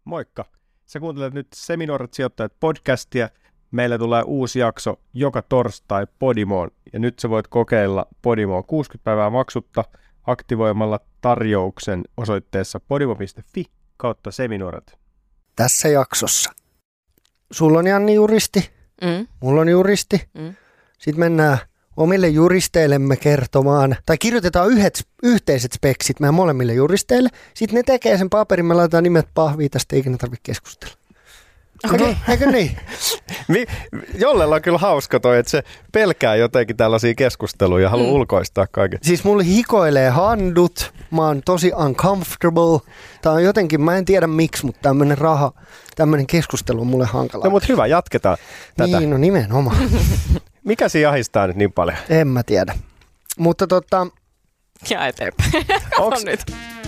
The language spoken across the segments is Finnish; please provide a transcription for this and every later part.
Moikka! Sä kuuntelet nyt Seminuoret sijoittajat podcastia. Meillä tulee uusi jakso joka torstai Podimoon. Ja nyt sä voit kokeilla Podimoa 60 päivää maksutta aktivoimalla tarjouksen osoitteessa podimo.fi/seminuoret. Tässä jaksossa. Sulla on Janni juristi, mulla on juristi. Sitten mennään omille juristeillemme kertomaan, tai kirjoitetaan yhteiset speksit meidän molemmille juristeille. Sitten ne tekee sen paperin, me laitetaan nimet pahviin, tästä ei ikinä tarvitse keskustella. Okay. Eikö niin? Jollella on kyllä hauska toi, että se pelkää jotenkin tällaisia keskusteluja ja haluaa ulkoistaa kaiken. Siis mulle hikoilee handut, mä oon tosi uncomfortable. Tää on jotenkin, mä en tiedä miksi, mutta tämmönen keskustelu on mulle hankalaa. No mutta hyvä, jatketaan tätä. Niin, no nimenomaan. Mikä siinä ahistaa nyt niin paljon? En mä tiedä. Mutta Ja eteenpäin. Onks nyt?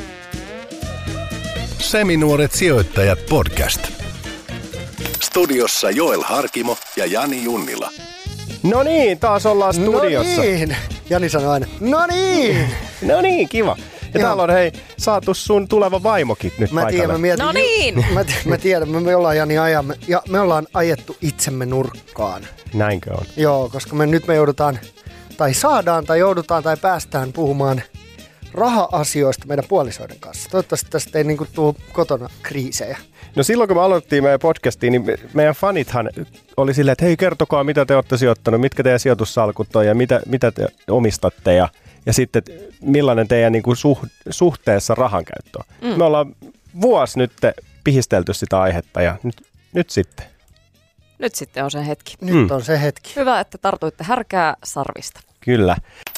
Seminuoret sijoittajat podcast. Studiossa Joel Harkimo ja Jani Junnila. No niin, taas ollaan studiossa. No niin, Jani sanoi aina. No niin. No niin, kiva. Ja täällä on saatu sun tuleva vaimokin nyt paikalle. No niin. Mä tiedän, me ollaan Jani ajamme, ja me ollaan ajettu itsemme nurkkaan. Näinkö on? Joo, koska nyt me joudutaan, tai saadaan, tai joudutaan, tai päästään puhumaan raha-asioista meidän puolisoiden kanssa. Toivottavasti tästä ei tule kotona kriisejä. No silloin kun me aloitettiin meidän podcastiin, niin meidän fanithan oli silleen, että hei, kertokaa mitä te olette sijoittanut, mitkä teidän sijoitussalkut on ja mitä te omistatte ja sitten millainen teidän suhteessa rahankäyttö on. Me ollaan vuosi nyt pihistelty sitä aihetta ja nyt sitten. Nyt sitten on se hetki. Nyt on se hetki. Hyvä, että tartuitte härkää sarvista. Kyllä.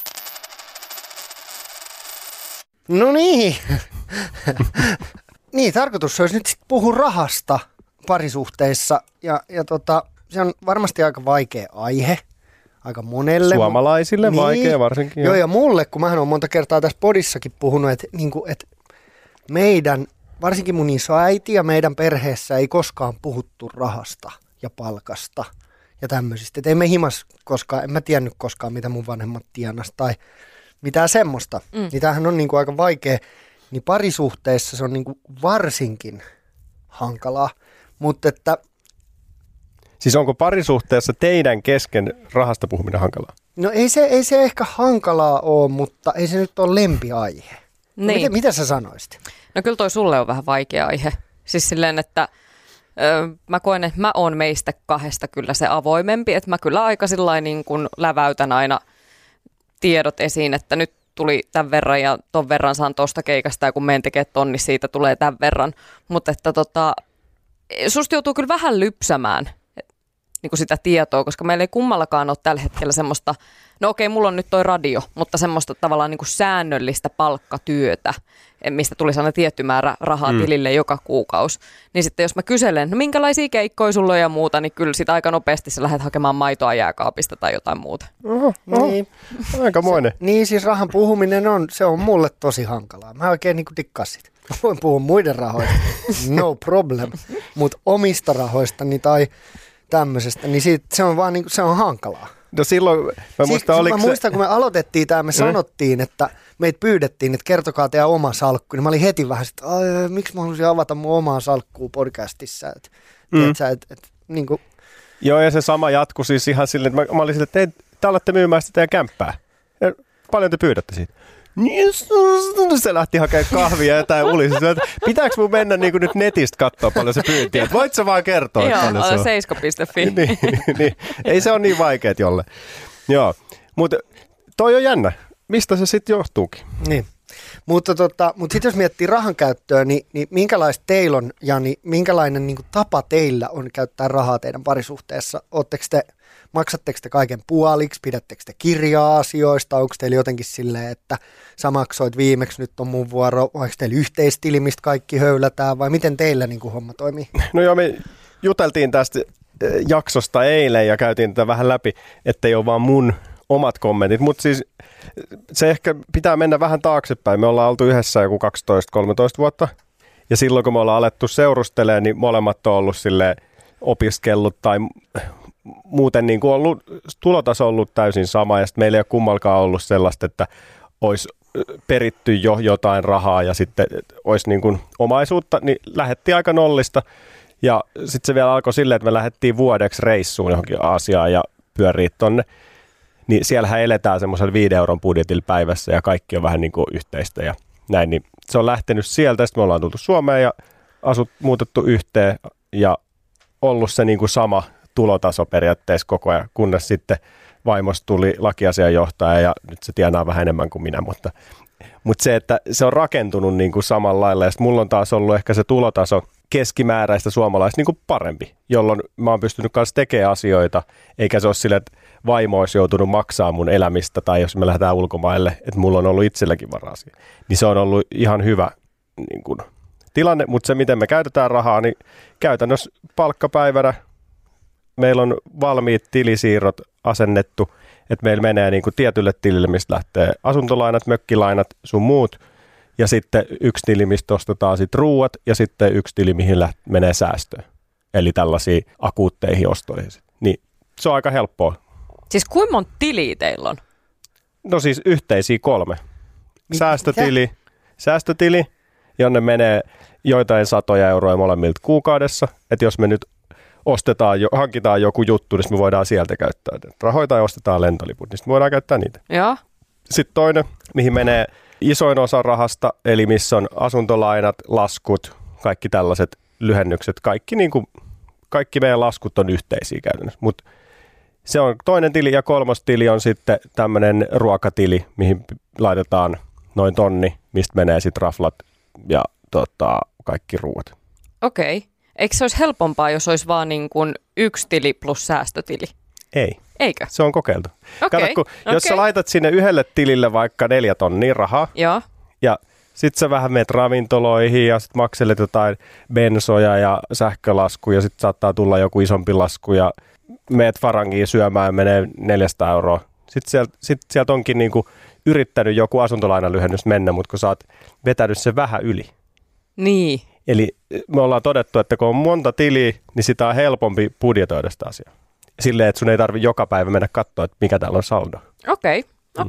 No niin. Niin, tarkoitus olisi nyt sitten puhua rahasta parisuhteissa ja se on varmasti aika vaikea aihe, aika monelle. Suomalaisille niin, vaikea varsinkin. Joo, ja mulle, kun mähän olen monta kertaa tässä podissakin puhunut, että meidän, varsinkin mun isoäiti ja meidän perheessä ei koskaan puhuttu rahasta ja palkasta ja tämmöisistä. Että ei me himas koskaan, en mä tiennyt koskaan, mitä mun vanhemmat tienas tai mitään semmoista. Niin tämähän on aika vaikea. Niin parisuhteessa se on varsinkin hankalaa, mutta että... Siis onko parisuhteessa teidän kesken rahasta puhuminen hankalaa? No ei se ehkä hankalaa ole, mutta ei se nyt ole lempiaihe. Niin. Mitä sä sanoisit? No kyllä toi sulle on vähän vaikea aihe. Siis silleen, että mä koen, että mä oon meistä kahdesta kyllä se avoimempi, että mä kyllä aika sillain läväytän aina tiedot esiin, että nyt tuli tämän verran ja ton verran saan tosta keikasta ja kun menen tekemään tonni, siitä tulee tämän verran. Mutta että susta joutuu kyllä vähän lypsämään sitä tietoa, koska meillä ei kummallakaan ole tällä hetkellä semmoista, no okei, mulla on nyt toi radio, mutta semmoista tavallaan säännöllistä palkkatyötä, mistä tuli sellainen tietty määrä rahaa tilille joka kuukausi. Niin sitten jos mä kyselen, no minkälaisia keikkoja sulla on ja muuta, niin kyllä sitä aika nopeasti sä lähdet hakemaan maitoa jääkaapista tai jotain muuta. Niin. Aikamoinen. Niin siis rahan puhuminen se on mulle tosi hankalaa. Mä oikein dikkaan sitä. Mä voin puhua muiden rahoista, no problem, mutta omista rahoistani tai tämmöisestä, niin se on vaan se on hankalaa. No silloin, mä muistan, kun me aloitettiin tämä, me sanottiin, että meitä pyydettiin, että kertokaa teidän oma salkku. Niin mä olin heti vähän, että miksi mä haluaisin avata mun omaa salkkua podcastissa. Joo, ja se sama jatkui siis ihan silleen, että mä olin silleen, että te alatte myymään sitä teidän kämppää. Ja paljon te pyydätte siitä? Se lähti hakemaan kahvia ja jotain ulisi. Pitääkö mun mennä nyt netistä katsoa paljon se pyyntiä? Voit sä vaan kertoa? Joo, ole seisko.fi. niin. Ei se ole niin vaikeet jolle. Joo, mutta toi on jännä. Mistä se sitten johtuukin? Niin. Mutta sitten jos miettii rahan käyttöä, niin minkälaista teillä on, Jani, minkälainen tapa teillä on käyttää rahaa teidän parisuhteessa? Maksatteko te kaiken puoliksi? Pidättekö te kirjaa asioista? Onko teillä jotenkin silleen, että sä maksoit viimeksi, nyt on mun vuoro? Onko teillä yhteistili, mistä kaikki höylätään? Vai miten teillä homma toimii? No joo, me juteltiin tästä jaksosta eilen ja käytiin tätä vähän läpi, ettei ole vaan mun omat kommentit. Mutta siis se ehkä pitää mennä vähän taaksepäin. Me ollaan oltu yhdessä joku 12-13 vuotta. Ja silloin kun me ollaan alettu seurustelemaan, niin molemmat on ollut silleen opiskellut tai muuten ollut, tulotaso on ollut täysin sama ja sitten meillä ei ole kummalkaan ollut sellaista, että olisi peritty jo jotain rahaa ja sitten olisi niin kuin omaisuutta, niin lähdettiin aika nollista. Ja sitten se vielä alkoi silleen, että me lähdettiin vuodeksi reissuun johonkin Aasiaan ja pyörii tonne. Niin siellähän eletään semmoisella 5 euron budjetilla päivässä ja kaikki on vähän niin kuin yhteistä ja näin. Niin se on lähtenyt sieltä, sitten me ollaan tultu Suomeen ja muutettu yhteen ja ollut se niin kuin sama tulotaso periaatteessa koko ajan, kunnes sitten vaimosta tuli lakiasianjohtaja ja nyt se tienaa vähän enemmän kuin minä, mutta se, että se on rakentunut niin kuin samalla lailla ja sitten mulla on taas ollut ehkä se tulotaso keskimääräistä suomalaista niin kuin parempi, jolloin mä oon pystynyt kanssa tekemään asioita, eikä se ole silleen, että vaimo olisi joutunut maksaa mun elämistä tai jos me lähdetään ulkomaille, että mulla on ollut itselläkin varaa siihen. Niin se on ollut ihan hyvä niin kuin tilanne, mutta se miten me käytetään rahaa, niin käytännössä palkkapäivänä meillä on valmiit tilisiirrot asennettu, että meillä menee niin kuin tietylle tilille, mistä lähtee asuntolainat, mökkilainat, sun muut, ja sitten yksi tili, mistä ostetaan sitten ruuat, ja sitten yksi tili, mihin menee säästöön. Eli tällaisiin akuutteihin ostoihin. Niin se on aika helppoa. Siis kuinka monta tiliä teillä on? No siis yhteisiä 3. Säästötili, jonne menee joitain satoja euroja molemmilta kuukaudessa. Että jos me nyt hankitaan joku juttu, niin me voidaan sieltä käyttää rahoja tai ostetaan lentoliput, niin me voidaan käyttää niitä. Joo. Sitten toinen, mihin menee isoin osa rahasta, eli missä on asuntolainat, laskut, kaikki tällaiset lyhennykset, kaikki meidän laskut on yhteisiä käytännössä. Mutta se on toinen tili ja 3. tili on sitten tämmöinen ruokatili, mihin laitetaan noin 1 000, mistä menee sitten raflat ja kaikki ruuat. Okei. Eikö se olisi helpompaa, jos olisi vaan niin kuin 1 tili plus säästötili? Ei. Eikö? Se on kokeiltu. Okei. Jos sä laitat sinne yhdelle tilille vaikka 4 000 rahaa, joo, ja sit sä vähän meet ravintoloihin ja sit makselet jotain bensoja ja sähkölaskuja ja sit saattaa tulla joku isompi lasku ja meet Farangiin syömään ja menee 400 euroa. Sitten sieltä onkin niinku yrittänyt joku asuntolainalyhennys mennä, mutta kun sä oot vetänyt sen vähän yli. Niin. Eli me ollaan todettu, että kun on monta tiliä, niin sitä on helpompi budjetoida sitä asiaa. Silleen, että sun ei tarvitse joka päivä mennä katsoa, että mikä täällä on saldo. Okei.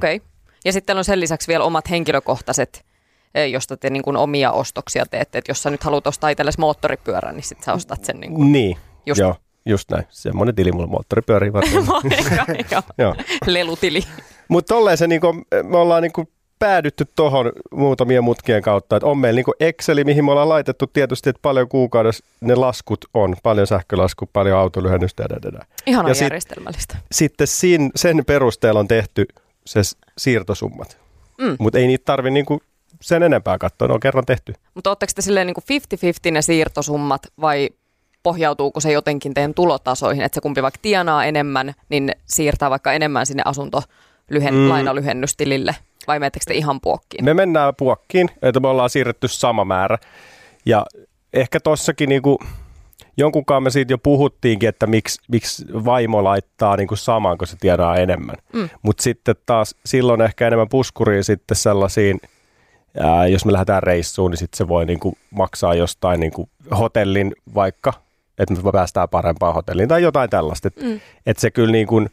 Ja sitten on sen lisäksi vielä omat henkilökohtaiset, josta te niin kuin omia ostoksia teette. Että jos sä nyt haluat ostaa itsellesi moottoripyörän, niin sitten sä ostat sen. Niin, kuin niin. Joo, just näin. Semmoinen tili mulla moottoripyöriä varmaan. Joo. Lelutili. Mutta tolleen se, niinku, me ollaan niinku päädytty tuohon muutamien mutkien kautta, että on meillä niinku Exceli, mihin me ollaan laitettu tietysti, että paljon kuukaudessa ne laskut on, paljon sähkölasku, paljon autolyhennystä ja Ihanan järjestelmällistä. Sitten sen perusteella on tehty se siirtosummat, mutta ei niitä tarvitse niinku sen enempää katsoa, ne on kerran tehty. Mutta ootteko te silleen niinku 50-50 ne siirtosummat vai pohjautuuko se jotenkin teidän tulotasoihin, että se kumpi vaikka tienaa enemmän, niin siirtää vaikka enemmän sinne lainalyhennystilille? Vai menettekö te ihan puokkiin? Me mennään puokkiin, että me ollaan siirretty sama määrä. Ja ehkä tossakin niinku, jonkunkaan me siitä jo puhuttiinkin, että miksi vaimo laittaa niinku samaan, kun se tiedää enemmän. Mutta sitten taas silloin ehkä enemmän puskuria sitten sellaisiin, jos me lähdetään reissuun, niin sitten se voi niinku maksaa jostain niinku hotellin vaikka, että me päästään parempaan hotelliin tai jotain tällaista. Että se kyllä niinku,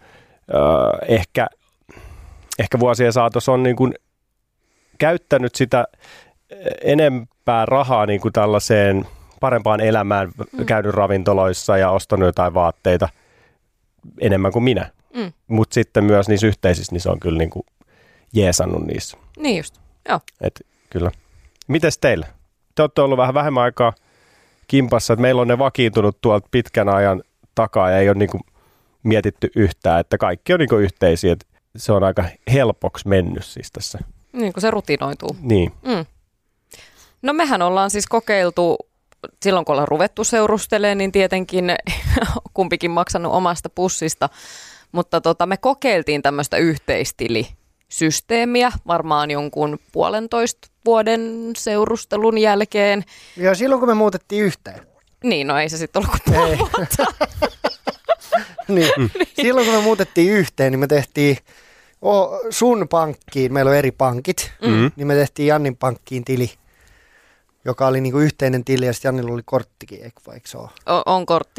ehkä vuosien saatossa on niin kuin käyttänyt sitä enempää rahaa niin kuin tällaiseen parempaan elämään, käynyt ravintoloissa ja ostanut jotain vaatteita enemmän kuin minä. Mutta sitten myös niissä yhteisissä, niin se on kyllä niin kuin jeesannut niissä. Niin just, joo. Et kyllä. Mites teillä? Te olette ollut vähän vähemmän aikaa kimpassa, että meillä on ne vakiintunut tuolta pitkän ajan takaa ja ei ole niin kuin mietitty yhtään, että kaikki on niin kuin yhteisiä. Se on aika helpoksi mennyt siis tässä. Niin kuin se rutinoituu. Niin. No mehän ollaan siis kokeiltu, silloin kun ollaan ruvettu seurustelemaan, niin tietenkin kumpikin maksanut omasta pussista. Mutta me kokeiltiin tämmöistä yhteistilisysteemiä varmaan jonkun 1,5 vuoden seurustelun jälkeen. Ja silloin kun me muutettiin yhteen. Niin, no ei se sitten ollut kuin puoli vuotta. Niin. Silloin kun me muutettiin yhteen, niin me tehtiin sun pankkiin, meillä on eri pankit, niin me tehtiin Jannin pankkiin tili, joka oli niinku yhteinen tili ja sitten Jannilla oli korttikin, eikö se ole? On kortti, juu.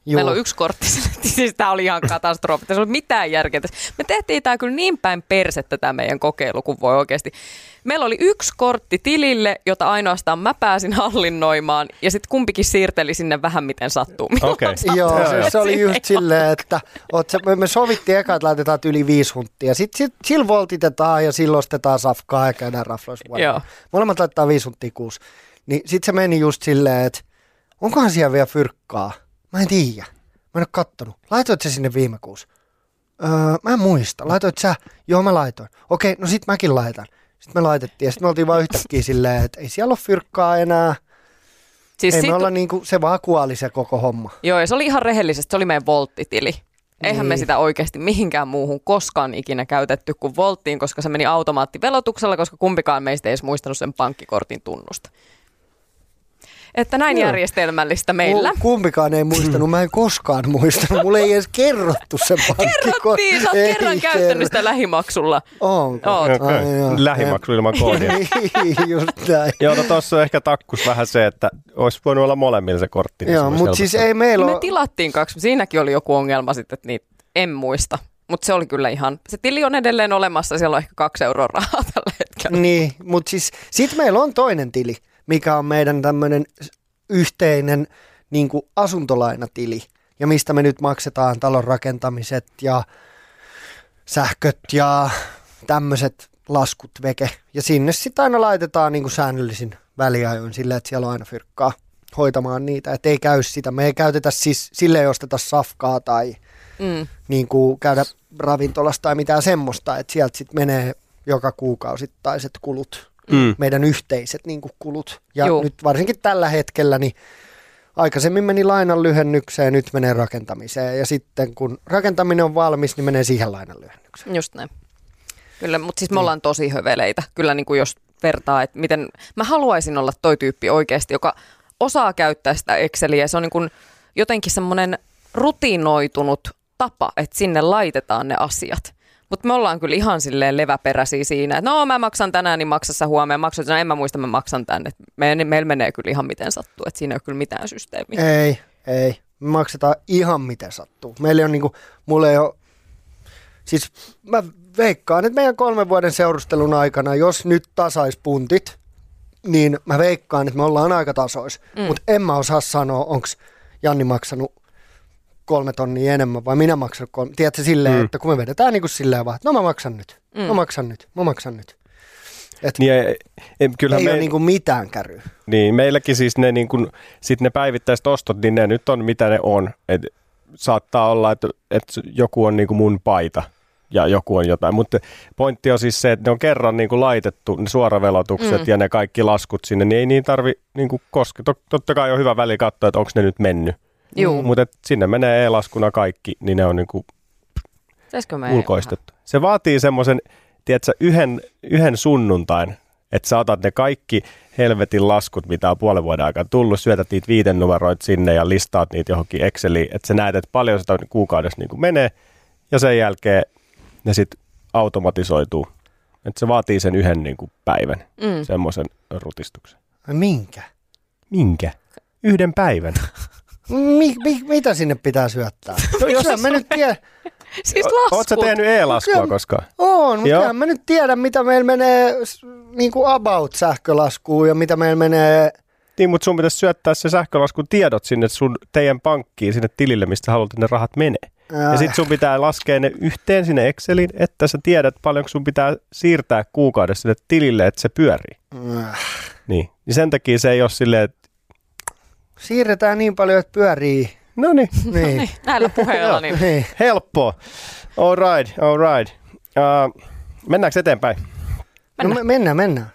Joo. Meillä on yksi kortti, siis tämä oli ihan katastrofi, tässä ei ollut mitään järkeä. Me tehtiin tämä kyllä niin päin persettä tämä meidän kokeilu, kun voi oikeasti. Meillä oli yksi kortti tilille, jota ainoastaan mä pääsin hallinnoimaan, ja sitten kumpikin siirteli sinne vähän miten sattuu. Okei. Joo, se oli just silleen, että me sovittiin eka, että laitetaan yli 5 hunttia. Sitten sillä voltitetaan ja silloin ostetaan safkaa ja käydään rafloissa. Joo. Molemmat laittaa 5 hunttia kuusi. Niin sitten se meni just silleen, että onkohan siellä vielä fyrkkaa? Mä en tiedä. Mä en ole kattonut. Laitoit sä sinne viime kuussa? Mä en muista. Laitoit sä? Joo, mä laitoin. Okei, no sit mäkin laitan. Sitten me laitettiin ja sitten me oltiin vaan yhtäkkiä silleen, että ei siellä ole fyrkkaa enää. Siis ei me olla niinku, se vaan kuoli se koko homma. Joo, ja se oli ihan rehellisesti, se oli meidän volttitili. Eihän me Niin. sitä oikeasti mihinkään muuhun koskaan ikinä käytetty kuin volttiin, koska se meni automaattivelotuksella, koska kumpikaan meistä ei edes muistanut sen pankkikortin tunnusta. Että näin järjestelmällistä meillä. Kumpikaan ei muistanut, mä en koskaan muistanut. Mulle ei edes kerrottu sen Kerrottiin, sä oot kerran käyttänyt sitä lähimaksulla. Onko? Oot. Okay. Lähimaksu ilman koodia. Just näin. Joo, no tossa on ehkä takkus vähän se, että olisi voinut olla molemmilla se kortti. Niin Joo, mutta siis ei meillä Me ole... tilattiin 2, siinäkin oli joku ongelma sitten, että niitä en muista. Mutta se oli kyllä ihan, se tili on edelleen olemassa, siellä on ehkä 2 euroa rahaa tällä hetkellä. Niin, mutta siis sit meillä on toinen tili, mikä on meidän tämmöinen yhteinen niin kuin asuntolainatili, ja mistä me nyt maksetaan talon rakentamiset ja sähköt ja tämmöiset laskut veke. Ja sinne sitten aina laitetaan niin kuin säännöllisin väliajoin silleen, että siellä on aina fyrkkaa hoitamaan niitä. Että ei käy sitä. Me ei käytetä siis, sille ei osteta safkaa tai niin kuin käydä ravintolasta tai mitään semmoista, että sieltä sitten menee joka kuukausittaiset kulut. Meidän yhteiset niin kuin kulut. Ja nyt varsinkin tällä hetkellä, niin aikaisemmin meni lainan lyhennykseen, nyt menee rakentamiseen. Ja sitten kun rakentaminen on valmis, niin menee siihen lainan lyhennykseen. Just näin. Kyllä, mutta siis me ollaan tosi höveleitä. Kyllä niin kuin jos vertaa, että miten... Mä haluaisin olla toi tyyppi oikeasti, joka osaa käyttää sitä Exceliä. Se on niin kuin jotenkin semmoinen rutinoitunut tapa, että sinne laitetaan ne asiat. Mutta me ollaan kyllä ihan silleen leväperäisiä siinä, että no mä maksan tänään, niin maksassa huomenna. Maksan, en mä muista, mä maksan tänne. Meillä menee kyllä ihan miten sattuu, että siinä ei ole kyllä mitään systeemiä. Ei. Me maksetaan ihan miten sattuu. Meillä on niinku, mulla ei ole, siis mä veikkaan, että meidän 3 vuoden seurustelun aikana, jos nyt tasais puntit, niin mä veikkaan, että me ollaan aika tasois. Mutta en mä osaa sanoa, onko Janni maksanut 3 tonnia enemmän vai minä maksan 3. Tiedätkö silleen, että kun me vedetään niin kuin silleen vaan, että no mä maksan nyt. Et Niin, ei ole niin kuin mitään käryä. Niin, meilläkin siis ne, niin kun, sit ne päivittäiset ostot, niin ne nyt on mitä ne on. Et saattaa olla, että joku on niin kuin mun paita ja joku on jotain. Mutta pointti on siis se, että ne on kerran niin kuin laitettu ne suoravelotukset ja ne kaikki laskut sinne, niin ei niin tarvi niin kuin koskea. Totta kai on hyvä väli katsoa, että onko ne nyt mennyt. Mutta sinne menee e-laskuna kaikki, niin ne on niin kuin ulkoistettu. Se vaatii semmoisen, tiedätkö, yhden sunnuntain, että sä otat ne kaikki helvetin laskut, mitä on puolen vuoden aikana tullut, syötät niitä 5 numeroita sinne ja listaat niitä johonkin Exceliin, että sä näet, että paljon sitä kuukaudessa niin kuin menee, ja sen jälkeen ne sitten automatisoituu. Että se vaatii sen yhden niin kuin päivän, semmoisen rutistuksen. Minkä? 1 päivän. Mitä sinne pitää syöttää? No jos mä nyt tiedän. Siis laskut. Oot sä tehnyt e-laskua koskaan? On, mutta mä nyt tiedän, mitä meillä menee niin kuin about sähkölaskuun ja mitä meillä menee. Niin, mutta sun pitäisi syöttää se sähkölaskun tiedot sinne teidän pankkiin, sinne tilille, mistä haluat, että ne rahat menee. Ja sit sun pitää laskea ne yhteen sinne Exceliin, että sä tiedät paljonko sun pitää siirtää kuukaudessa sinne tilille, että se pyörii. Niin sen takia se ei ole silleen, että siirretään niin paljon, että pyörii. No niin. Näillä puheilla. Niin. Helppoa. All right. Mennäänkö eteenpäin? Mennään.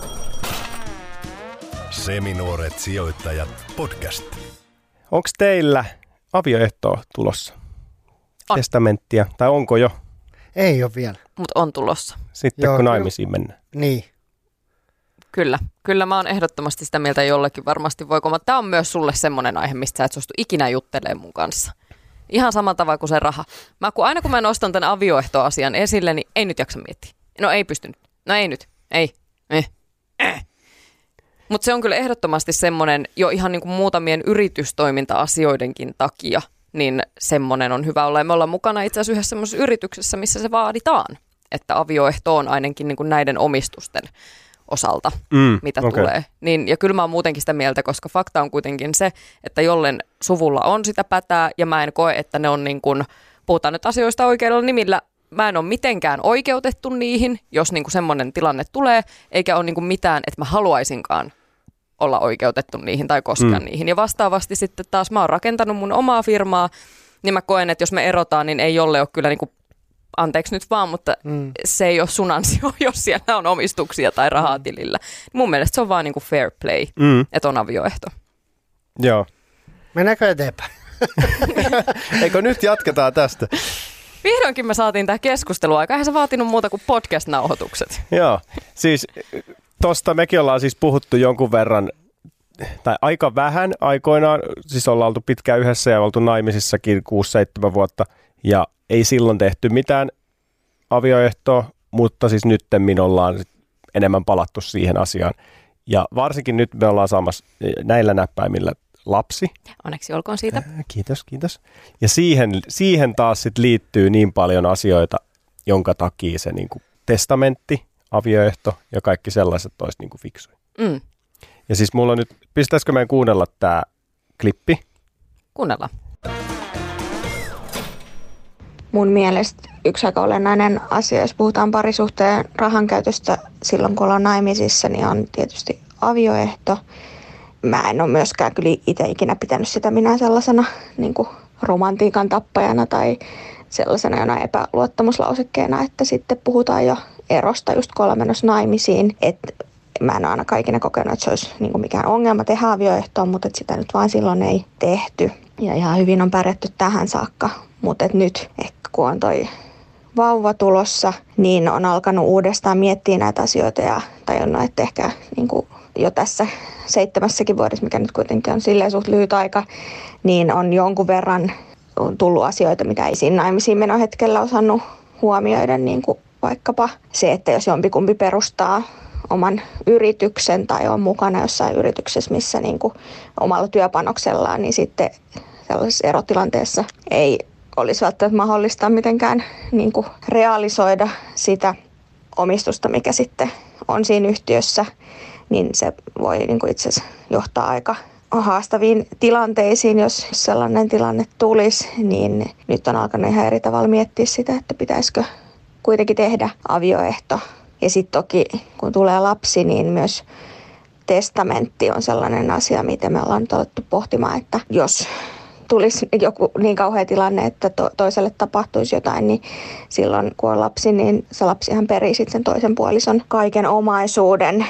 Seminuoret sijoittajat podcast. Onko teillä avioehtoa tulossa? On. Testamenttia, tai onko jo? Ei ole vielä. Mutta on tulossa. Sitten kun naimisiin mennään. Niin. Kyllä mä oon ehdottomasti sitä mieltä jollekin varmasti voi. Tämä on myös sulle semmoinen aihe, mistä sä et suostu ikinä juttelemaan mun kanssa. Ihan sama tavalla kuin se raha. Aina kun mä nostan tämän avioehtoasian esille, niin ei nyt jaksa miettiä. No ei pystynyt. No ei nyt. Ei. Mutta se on kyllä ehdottomasti semmoinen jo ihan niin kuin muutamien yritystoiminta-asioidenkin takia, niin semmoinen on hyvä olla. Ja me ollaan mukana itse asiassa yhdessä semmoisessa yrityksessä, missä se vaaditaan, että avioehto on ainakin niin kuin näiden omistusten osalta, mitä tulee. Niin, ja kyllä mä oon muutenkin sitä mieltä, koska fakta on kuitenkin se, että jollen suvulla on sitä pätää, ja mä en koe, että ne on niin kuin, puhutaan nyt asioista oikeilla nimillä, mä en ole mitenkään oikeutettu niihin, jos niin kuin semmoinen tilanne tulee, eikä ole niin kuin mitään, että mä haluaisinkaan olla oikeutettu niihin tai koskea niihin. Ja vastaavasti sitten taas mä oon rakentanut mun omaa firmaa, niin mä koen, että jos me erotaan, niin ei jolle ole kyllä niin kuin, anteeksi nyt vaan, mutta se ei ole sun ansio, jos siellä on omistuksia tai rahaa tilillä. Mun mielestä se on vaan niin kuin fair play, että on avioehto. Joo. Mennäänkö eteenpäin? Eikö nyt jatketaan tästä? Vihdoinkin me saatiin tämä keskustelu aika. Eihän se vaatinut muuta kuin podcast-nauhoitukset. Joo, siis tosta mekin ollaan siis puhuttu jonkun verran, tai aika vähän aikoinaan, siis ollaan oltu pitkään yhdessä ja oltu naimisissakin 6-7 vuotta, ja ei silloin tehty mitään avioehtoa, mutta siis nyttemmin ollaan enemmän palattu siihen asiaan. Ja varsinkin nyt me ollaan saamassa näillä näppäimillä lapsi. Onneksi olkoon siitä. Kiitos. Ja siihen taas sit liittyy niin paljon asioita, jonka takia se niinku testamentti, avioehto ja kaikki sellaiset olisi niinku fiksuja. Ja siis mulla on nyt, pistäisikö meidän kuunnella tää klippi? Kuunnellaan. Mun mielestä yksi aika olennainen asia, jos puhutaan parisuhteen rahankäytöstä silloin, kun ollaan naimisissa, niin on tietysti avioehto. Mä en ole myöskään kyllä itse ikinä pitänyt sitä minä sellaisena niin kuin romantiikan tappajana tai sellaisena jonain epäluottamuslausekkeena, että sitten puhutaan jo erosta just kun ollaan menossa naimisiin. Että mä en ole aina kaikina kokenut, että se olisi niin kuin mikään ongelma tehdä avioehtoa, mutta sitä nyt vaan silloin ei tehty. Ja ihan hyvin on pärjätty tähän saakka. Mutta nyt ehkä kun on toi vauva tulossa, niin on alkanut uudestaan miettiä näitä asioita ja tajunnut, että ehkä niin kuin jo tässä 7 vuodessa, mikä nyt kuitenkin on silleen suht lyhyt aika, niin on jonkun verran tullut asioita, mitä ei siinä naimisiin menohetkellä osannut huomioida, niin kuin vaikkapa se, että jos jompikumpi perustaa oman yrityksen tai on mukana jossain yrityksessä, missä niin kuin omalla työpanoksellaan, niin sitten sellaisessa erotilanteessa ei olisi välttämättä mahdollista mitenkään niin kuin realisoida sitä omistusta, mikä sitten on siinä yhtiössä, niin se voi niin kuin itse asiassa johtaa aika haastaviin tilanteisiin, jos sellainen tilanne tulisi, niin nyt on alkanut ihan eri tavalla miettiä sitä, että pitäisikö kuitenkin tehdä avioehto. Ja sitten toki, kun tulee lapsi, niin myös testamentti on sellainen asia, mitä me ollaan nyt alettu pohtimaan, että jos tulisi joku niin kauhea tilanne, että toiselle tapahtuisi jotain, niin silloin kun on lapsi, niin se lapsihan perii sitten sen toisen puolison kaiken omaisuuden.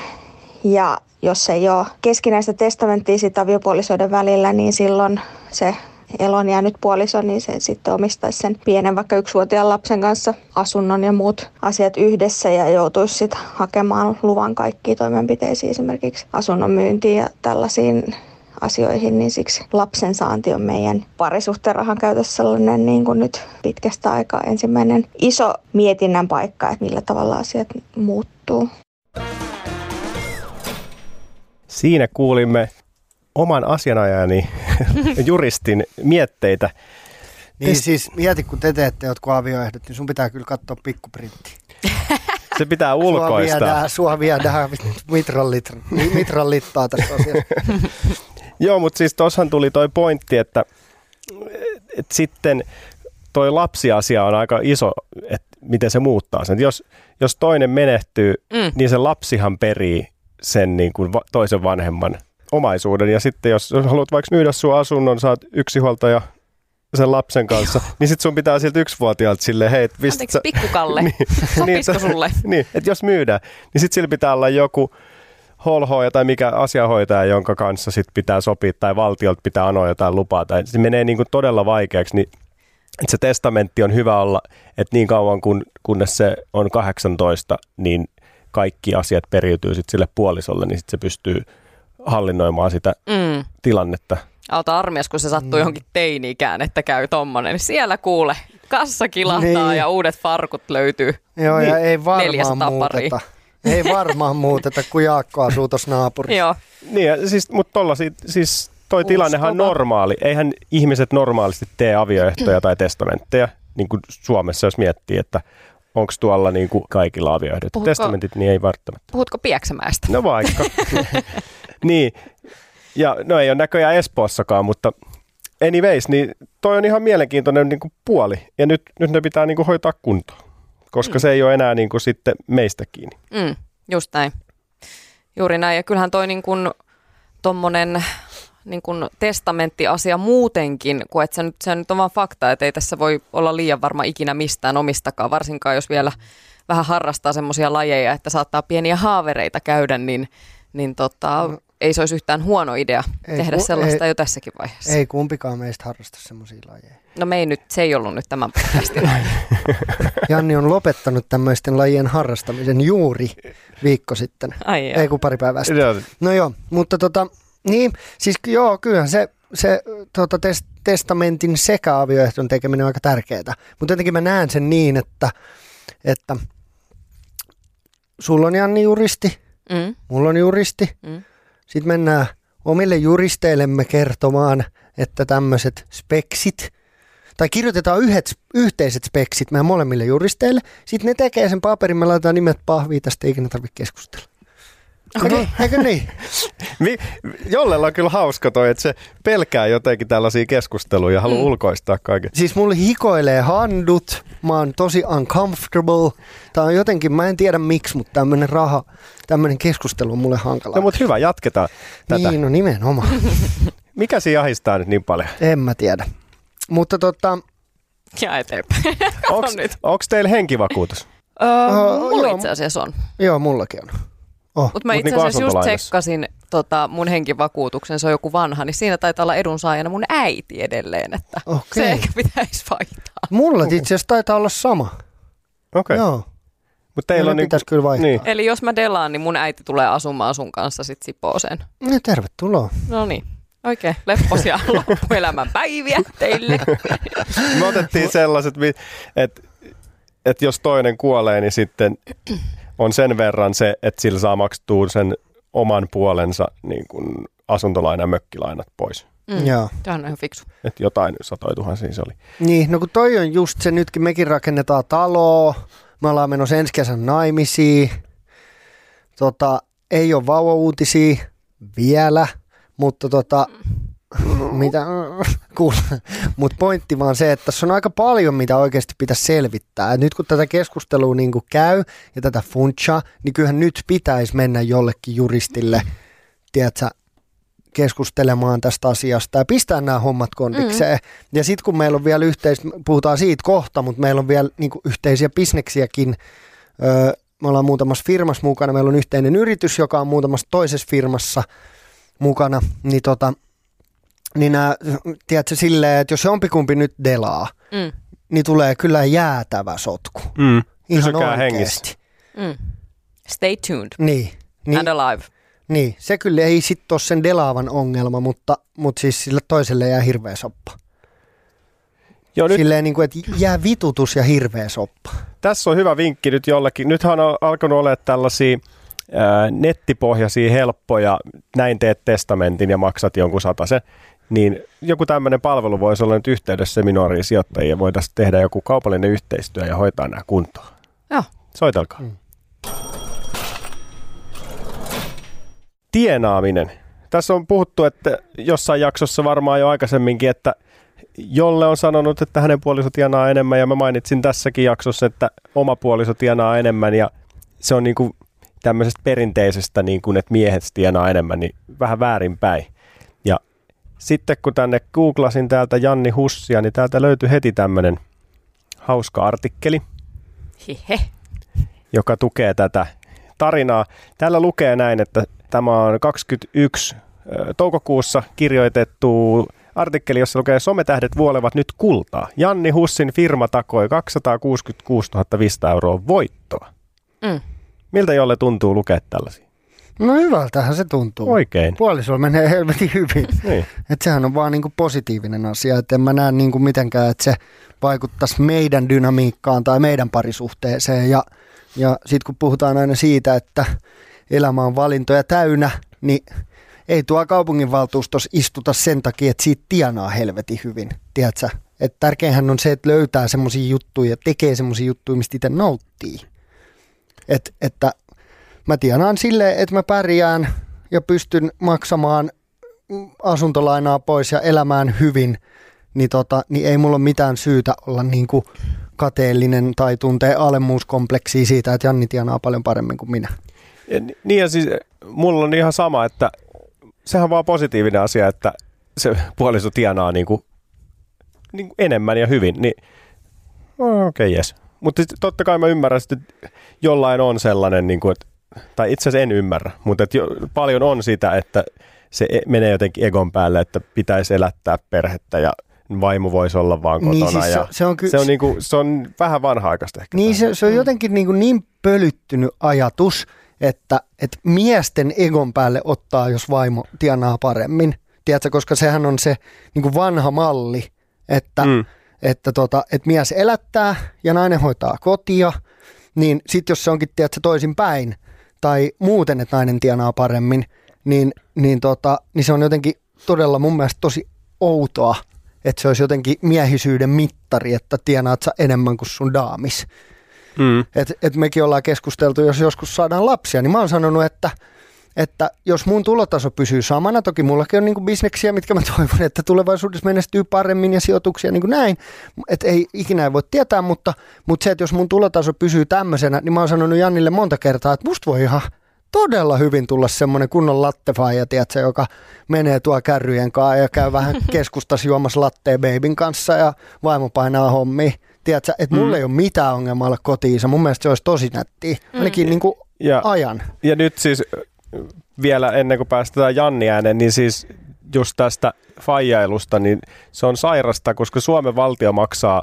Ja jos ei ole keskinäistä testamenttia sit aviopuolisoiden välillä, niin silloin se elon jäänyt puoliso, niin se sitten omistaisi sen pienen vaikka 1-vuotiaan lapsen kanssa asunnon ja muut asiat yhdessä ja joutuisi sitten hakemaan luvan kaikkiin toimenpiteisiin, esimerkiksi asunnon myyntiin ja tällaisiin asioihin, niin siksi lapsen saanti on meidän parisuhteen rahan käytössä sellainen niin kuin nyt pitkästä aikaa ensimmäinen iso mietinnän paikka, että millä tavalla asiat muuttuu. Siinä kuulimme oman asianajani juristin mietteitä. Niin siis mieti, kun te teette jotkut avioehdot, niin sun pitää kyllä katsoa pikkuprintti. Se pitää ulkoistaa. Sua viedään mitran littaa tässä asiassa. Joo, mutta siis tossahan tuli toi pointti, että sitten toi lapsiasia on aika iso, että miten se muuttaa sen. Jos toinen menehtyy, niin se lapsihan perii sen niin kuin toisen vanhemman omaisuuden. Ja sitten jos haluat vaikka myydä sun asunnon, saat yksinhuoltaja sen lapsen kanssa, niin sitten sun pitää siltä 1-vuotiaalta silleen, hei, anteeksi, pikkukalle, sopisiko sulle? Niin, että jos myydään, niin sitten sillä pitää olla joku holhoja tai mikä asiahoitaja, jonka kanssa sit pitää sopia tai valtiolta pitää anoa jotain lupaa. Tai se menee niin kuin todella vaikeaksi, niin että se testamentti on hyvä olla, että niin kauan kunnes se on 18, niin kaikki asiat periytyy sitten sille puolisolle, niin sitten se pystyy hallinnoimaan sitä tilannetta. Auta armias, kun se sattuu johonkin teini-ikään, että käy tommonen. Niin siellä kuule, kassa kilahtaa ja uudet farkut löytyy. Joo, ja ei varmaan 400 muuteta. Ei varmaan muuteta, kun Jaakko asuu tuossa naapurissa. Joo. Niin, siis, mutta tollaisia, siis toi tilannehan on normaali. Eihän ihmiset normaalisti tee avioehtoja tai testamentteja, niin kuin Suomessa jos miettii, että onko tuolla niin kuin kaikilla avioehdot. Testamentit niin ei välttämättä. Puhutko Pieksämäestä? No vaikka. Niin, ja no ei ole näköjään Espoossakaan, mutta anyways, niin toi on ihan mielenkiintoinen niin kuin puoli. Ja nyt ne pitää niin kuin hoitaa kuntoon, koska se ei ole enää niin kuin sitten meistä kiinni. Just näin. Juuri näin. Ja kyllähän toi niin kuin tommonen niin kuin testamenttiasia muutenkin, kun et se nyt on vaan fakta, että ei tässä voi olla liian varma ikinä mistään omistakaan, varsinkaan jos vielä vähän harrastaa semmoisia lajeja, että saattaa pieniä haavereita käydä, niin ei se olisi yhtään huono idea tehdä sellaista jo tässäkin vaiheessa. Ei kumpikaan meistä harrasta semmoisia lajeja. No se ei ollut nyt tämän podcastin laji. Janni on lopettanut tämmöisten lajien harrastamisen juuri viikko sitten. Ei kun pari päivää sitten. No joo, mutta niin, siis joo, kyllähän se testamentin sekä avioehton tekeminen on aika tärkeää. Mutta jotenkin mä näen sen niin, että sulla on Janni juristi, mulla on juristi. Sitten mennään omille juristeillemme kertomaan, että tämmöiset speksit, tai kirjoitetaan yhteiset speksit meidän molemmille juristeille. Sitten ne tekee sen paperin, me laitetaan nimet pahviin, tästä ei ikinä tarvitse keskustella. Okay. Eikö niin? Jollella on kyllä hauska toi, että se pelkää jotenkin tällaisia keskusteluja ja haluaa ulkoistaa kaiken. Siis mulle hikoilee handut, mä oon tosi uncomfortable. Tää on jotenkin, mä en tiedä miksi, mutta tämmönen keskustelu on mulle hankala. No mutta hyvä, jatketaan tätä. Niin, no nimenomaan. Mikä siinä ahistaa nyt niin paljon? En mä tiedä. Mutta ja eteenpäin. Onko teillä henkivakuutus? Mulla itse asiassa on. Joo, mullakin on. Mutta mä itse asiassa just tsekkasin mun henkivakuutuksen, se on joku vanha, niin siinä taitaa olla edunsaajana mun äiti edelleen, että se ehkä pitäisi vaihtaa. Mulla itse asiassa taitaa olla sama. Okei. Joo. Mutta teillä on pitäisi kyllä vaihtaa. Niin. Eli jos mä delaan, niin mun äiti tulee asumaan sun kanssa sit Sipooseen. No, tervetuloa. No niin. Oikein, lepposia loppuelämän päiviä teille. Me otettiin sellaiset, että jos toinen kuolee, niin sitten on sen verran se, että sillä saa maksettua sen oman puolensa niin kuin asuntolaina ja mökkilainat pois. Joo. Tämä on ihan fiksu. Että jotain 100 000 se oli. Niin, no kun toi on just se, nytkin mekin rakennetaan taloa, me ollaan menossa ensi kesän naimisiin, ei ole vauvauutisia vielä, mutta mitä, mutta pointti vaan se, että tässä on aika paljon, mitä oikeasti pitäisi selvittää. Et nyt kun tätä keskustelua niin kuin käy ja tätä funchaa, niin kyllähän nyt pitäisi mennä jollekin juristille, tiedätkö, keskustelemaan tästä asiasta ja pistää nämä hommat kondikseen. Ja sitten kun meillä on vielä puhutaan siitä kohta, mutta meillä on vielä niin kuin yhteisiä bisneksiäkin. Me ollaan muutamassa firmassa mukana, meillä on yhteinen yritys, joka on muutamassa toisessa firmassa mukana, niin tiedätkö silleen, että jos jompikumpi nyt delaa, niin tulee kyllä jäätävä sotku. Ihan oikeasti. Stay tuned. Niin. And alive. Niin, se kyllä ei sitten ole sen delaavan ongelma, mutta siis sille toiselle jää hirveä soppa. Joo, silleen niin kuin, että jää vitutus ja hirveä soppa. Tässä on hyvä vinkki nyt jollekin. Nythän on alkanut olemaan tällaisia nettipohjaisia helppoja, näin teet testamentin ja maksat jonkun satasen, niin joku tämmöinen palvelu voisi olla nyt yhteydessä seminaariin sijoittajia ja voitaisiin tehdä joku kaupallinen yhteistyö ja hoitaa nämä kuntoon. Joo. Soitelkaa. Tienaaminen. Tässä on puhuttu, että jossain jaksossa varmaan jo aikaisemminkin, että Jolle on sanonut, että hänen puoliso tienaa enemmän ja mä mainitsin tässäkin jaksossa, että oma puoliso tienaa enemmän ja se on niin kuin tämmöisestä perinteisestä, niin kuin, että miehet tienaa enemmän, niin vähän väärinpäin. Ja sitten kun tänne googlasin täältä Janni Hussia, niin täältä löytyi heti tämmöinen hauska artikkeli, joka tukee tätä tarinaa. Täällä lukee näin, että tämä on 21. toukokuussa kirjoitettu artikkeli, jossa lukee sometähdet vuolevat nyt kultaa. Janni Hussin firma takoi 266 500 € voittoa. Miltä Jolle tuntuu lukea tällaisia? No hyvältähän se tuntuu. Oikein. Puolisolla menee helvetin hyvin. Niin. Että sehän on vaan niinku positiivinen asia. Että en mä näe niinku mitenkään, että se vaikuttaisi meidän dynamiikkaan tai meidän parisuhteeseen. Ja sitten kun puhutaan aina siitä, että elämä on valintoja täynnä, niin ei tuo kaupunginvaltuustossa istuta sen takia, että siitä tienaa helvetin hyvin, tiedätkö? Että tärkeinhän on se, että löytää semmoisia juttuja ja tekee semmoisia juttuja, mistä itse nauttii. Että mä tienaan silleen, että mä pärjään ja pystyn maksamaan asuntolainaa pois ja elämään hyvin, niin ei mulla ole mitään syytä olla niinku kateellinen tai tuntee alemmuuskompleksia siitä, että Janni tienaa paljon paremmin kuin minä. Niin ja siis mulla on ihan sama, että sehän on vaan positiivinen asia, että se puoliso tienaa niinku enemmän ja hyvin, niin okei, jes. Mutta totta kai mä ymmärrän, että jollain on sellainen, niinku, että, tai itse asiassa en ymmärrä, mutta että paljon on sitä, että se menee jotenkin egon päälle, että pitäisi elättää perhettä ja vaimo voisi olla vaan kotona. Niin, siis se on vähän vanha-aikaista ehkä. Niin, se on jotenkin niin pölyttynyt ajatus, että miesten egon päälle ottaa, jos vaimo tienaa paremmin. Tiedätkö, koska sehän on se niin vanha malli, että mies elättää ja nainen hoitaa kotia, niin sitten jos se onkin toisinpäin tai muuten, että nainen tienaa paremmin, niin se on jotenkin todella mun mielestä tosi outoa, että se olisi jotenkin miehisyyden mittari, että tienaat sä enemmän kuin sun daamis. Et mekin ollaan keskusteltu, jos joskus saadaan lapsia, niin mä oon sanonut, että jos mun tulotaso pysyy samana, toki mullakin on niinku bisneksiä, mitkä mä toivon, että tulevaisuudessa menestyy paremmin ja sijoituksia niin kuin näin, että ei ikinä voi tietää, mutta se, että jos mun tulotaso pysyy tämmöisenä, niin mä oon sanonut Jannille monta kertaa, että musta voi ihan todella hyvin tulla semmoinen kunnon lattefaija, tiedätkö, joka menee tuo kärryjen kanssa ja käy vähän keskustassa juomassa lattea babyn kanssa ja vaimo painaa hommia. Tiedätkö, että mulla ei ole mitään ongelmaa olla kotiinsa. Mun mielestä se olisi tosi nättiä, ainakin niin kuin ajan. Ja nyt siis vielä ennen kuin päästetään Janni ääneen, niin siis just tästä faijailusta, niin se on sairasta, koska Suomen valtio maksaa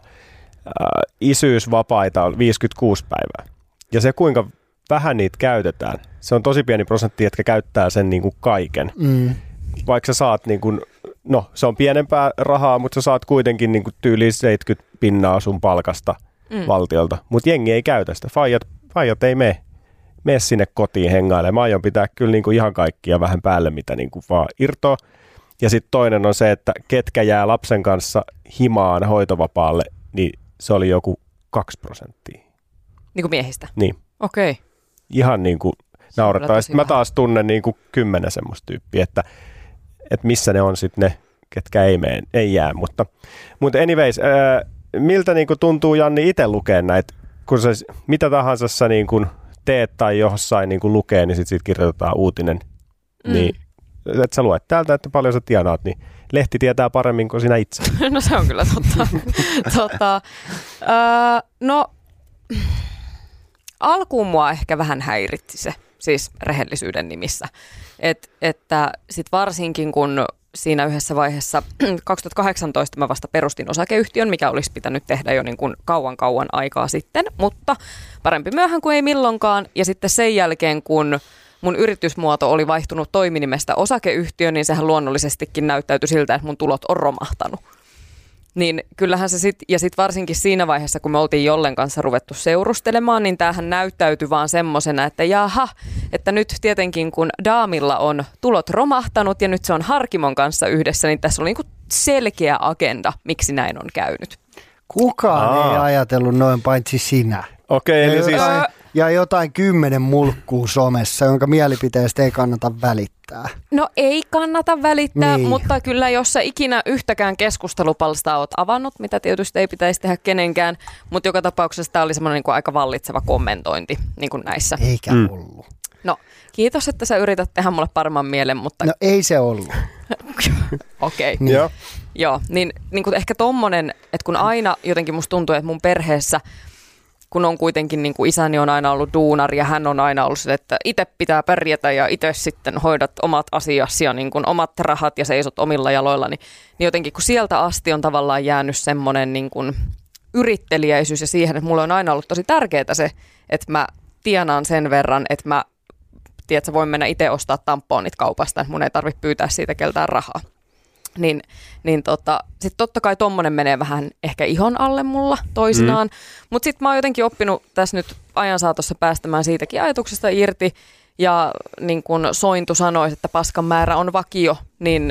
isyysvapaita 56 päivää. Ja se kuinka vähän niitä käytetään. Se on tosi pieni prosentti, jotka käyttää sen niin kuin kaiken. Vaikka sä saat, niin kuin, no se on pienempää rahaa, mutta sä saat kuitenkin niin kuin tyyliin 70% sun palkasta valtiolta. Mutta jengi ei käytä sitä. Faijat ei mene sinne kotiin hengailemaan. Mä aion pitää kyllä niin kuin ihan kaikkia vähän päälle, mitä niin kuin vaan irtoa. Ja sitten toinen on se, että ketkä jää lapsen kanssa himaan hoitovapaalle, niin se oli joku 2%. Niin kuin miehistä? Niin. Okei. Okay. Ihan niin kuin naurattaa. Sitten mä taas tunnen niin kuin 10 semmoista tyyppiä, että missä ne on sitten ne, ketkä ei jää. Mutta anyways, miltä niin kuin tuntuu Janni itse lukea näitä, kun sä mitä tahansa sä niin kuin teet tai jossain niin kuin lukee, niin sitten siitä kirjoitetaan uutinen. Niin, että sä luet täältä, että paljon sä tienaat, niin lehti tietää paremmin kuin sinä itse. No se on kyllä totta. No alkuun mua ehkä vähän häiritsi se, siis rehellisyyden nimissä. Että sit varsinkin kun siinä yhdessä vaiheessa 2018 mä vasta perustin osakeyhtiön, mikä olisi pitänyt tehdä jo niin kuin kauan aikaa sitten, mutta parempi myöhään kuin ei milloinkaan. Ja sitten sen jälkeen, kun mun yritysmuoto oli vaihtunut toiminimestä osakeyhtiöön, niin sehän luonnollisestikin näyttäytyi siltä, että mun tulot on romahtanut. Niin kyllähän se sitten, ja sitten varsinkin siinä vaiheessa, kun me oltiin Jollen kanssa ruvettu seurustelemaan, niin tämähän näyttäytyi vaan semmosena, että jaha, että nyt tietenkin kun daamilla on tulot romahtanut ja nyt se on Harkimon kanssa yhdessä, niin tässä on niinku selkeä agenda, miksi näin on käynyt. Kukaan ei ajatellut noin paitsi sinä. Okei, eli siis ja jotain 10 mulkkuu somessa, jonka mielipiteestä ei kannata välittää. No ei kannata välittää, niin. Mutta kyllä jos sä ikinä yhtäkään keskustelupalstaa oot avannut, mitä tietysti ei pitäisi tehdä kenenkään, mutta joka tapauksessa tämä oli semmoinen niin kuin aika vallitseva kommentointi niin kuin näissä. Eikä ollut. No kiitos, että sä yrität tehdä mulle paremman mielen, mutta... No ei se ollut. Okei. Niin. Joo, niin kuin ehkä tommonen, että kun aina jotenkin musta tuntuu, että mun perheessä kun on kuitenkin niin kuin isäni on aina ollut duunari ja hän on aina ollut se, että itse pitää pärjätä ja itse sitten hoidat omat asiasi ja niin kuin omat rahat ja seisot omilla jaloilla, niin jotenkin kun sieltä asti on tavallaan jäänyt semmoinen niin kuin yritteliäisyys ja siihen, että mulle on aina ollut tosi tärkeää se, että mä tienaan sen verran, että mä tiedätkö, voin mennä itse ostaa tamponit kaupasta, että mun ei tarvitse pyytää siitä keltään rahaa. Niin sitten totta kai tommonen menee vähän ehkä ihon alle mulla toisinaan, mutta sitten mä oon jotenkin oppinut tässä nyt ajan saatossa päästämään siitäkin ajatuksesta irti ja niin kuin Sointu sanoisi, että paskan määrä on vakio, niin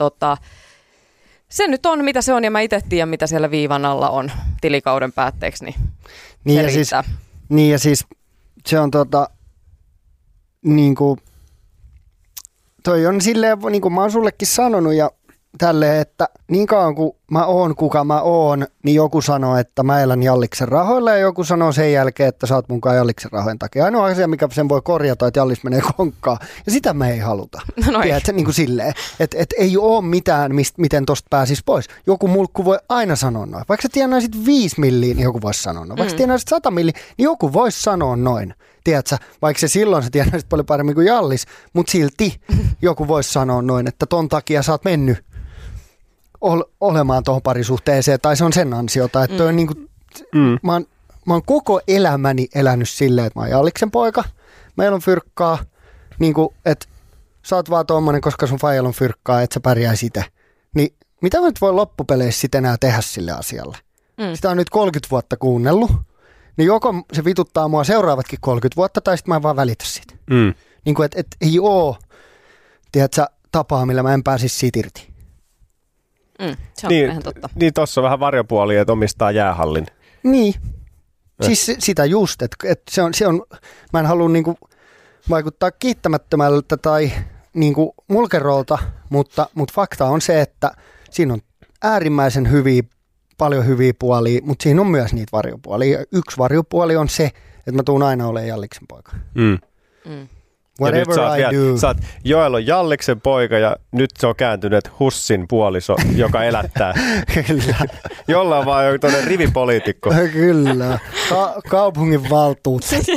se nyt on mitä se on ja mä itse tiedän mitä siellä viivan alla on tilikauden päätteeksi, niin ja siis se on niinku toi on silleen, niin kuin mä oon sullekin sanonut ja tälleen, että niin kauan kuin mä oon kuka mä oon, niin joku sanoo, että mä elän Jalliksen rahoilla ja joku sanoo sen jälkeen, että sä oot munkaan Jalliksen rahojen takia. Ainoa asia, mikä sen voi korjata, että Jallis menee konkkaan ja sitä me ei haluta. No tiedätkö, niin kuin silleen, että ei oo mitään, miten tosta pääsisi pois. Joku mulkku voi aina sanoa noin. Vaikka sä tienaisit 5 milliä, niin joku voisi sanoa noin. Vaikka sä tienaisit 100 milliä, niin joku voisi sanoa noin. Tiedätkö, vaikka se silloin sä tienaisit paljon paremmin kuin Jallis, mutta silti joku voisi sanoa noin, että ton takia sä oot mennyt olemaan tuohon parisuhteeseen, tai se on sen ansiota, että on niin kuin, mä oon koko elämäni elänyt silleen, että mä oon Jalliksen poika, meillä on fyrkkaa, niin kuin, että sä oot vaan tommonen, koska sun faijalla on fyrkkaa, että sä pärjäis itse. Niin mitä mä nyt voi loppupeleissä sitten enää tehdä sille asialle? Sitä on nyt 30 vuotta kuunnellut, niin joko se vituttaa mua seuraavatkin 30 vuotta, tai sitten mä en vaan välitä siitä. Niin kuin, että ei oo, tiedätkö, tapaa, millä mä en pääsisi siitä irti. Se on ihan totta. Niin tossa on vähän varjopuolia, että omistaa jäähallin. Niin. Siis sitä just, että se on mä en halua niinku vaikuttaa kiittämättömältä tai niinku mulkerolta, mutta fakta on se, että siinä on äärimmäisen paljon hyviä puolia, mutta siinä on myös niitä varjopuolia. Yksi varjopuoli on se, että mä tuun aina olemaan Jalliksen poika. Whatever I do. Sä oot Joel on Jalliksen poika ja nyt se on kääntynyt Hussin puoliso, joka elättää. Kyllä. Jolla on vaan joku toinen rivipoliitikko. Kyllä. Kaupungin valtuutettu.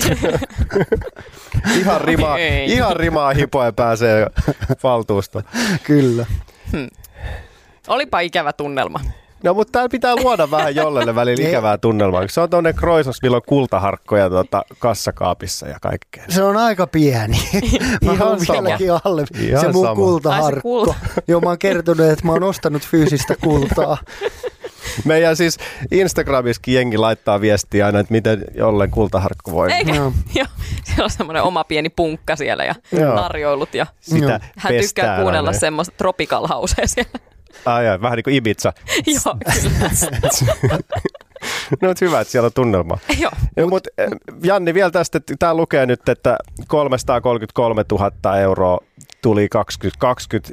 ihan rimaa hipoen pääsee valtuustoon. Kyllä. Olipa ikävä tunnelma. No, mutta täällä pitää luoda vähän Jollelle välillä ikävää tunnelmaa. Se on tuonne Kroisos, millä on kultaharkkoja kassakaapissa ja kaikkea. Se on aika pieni. Mä oon vieläkin alle Ihan se mun sama. kultaharkko. Joo, mä oon kertonut, että mä oon ostanut fyysistä kultaa. Meidän siis Instagramissakin jengi laittaa viestiä aina, että miten Jollen kultaharkko voi. Eikä? Joo. Siellä on semmoinen oma pieni punkka siellä ja narjoilut. Ja sitä hän tykkää kuunnella semmoista tropical housea siellä. Ai, vähän niin kuin Ibiza. Joo, kyllä. No, hyvä, että siellä on tunnelmaa. Joo. Mutta Janni, vielä tästä, tämä lukee nyt, että 333 000 euroa tuli 2020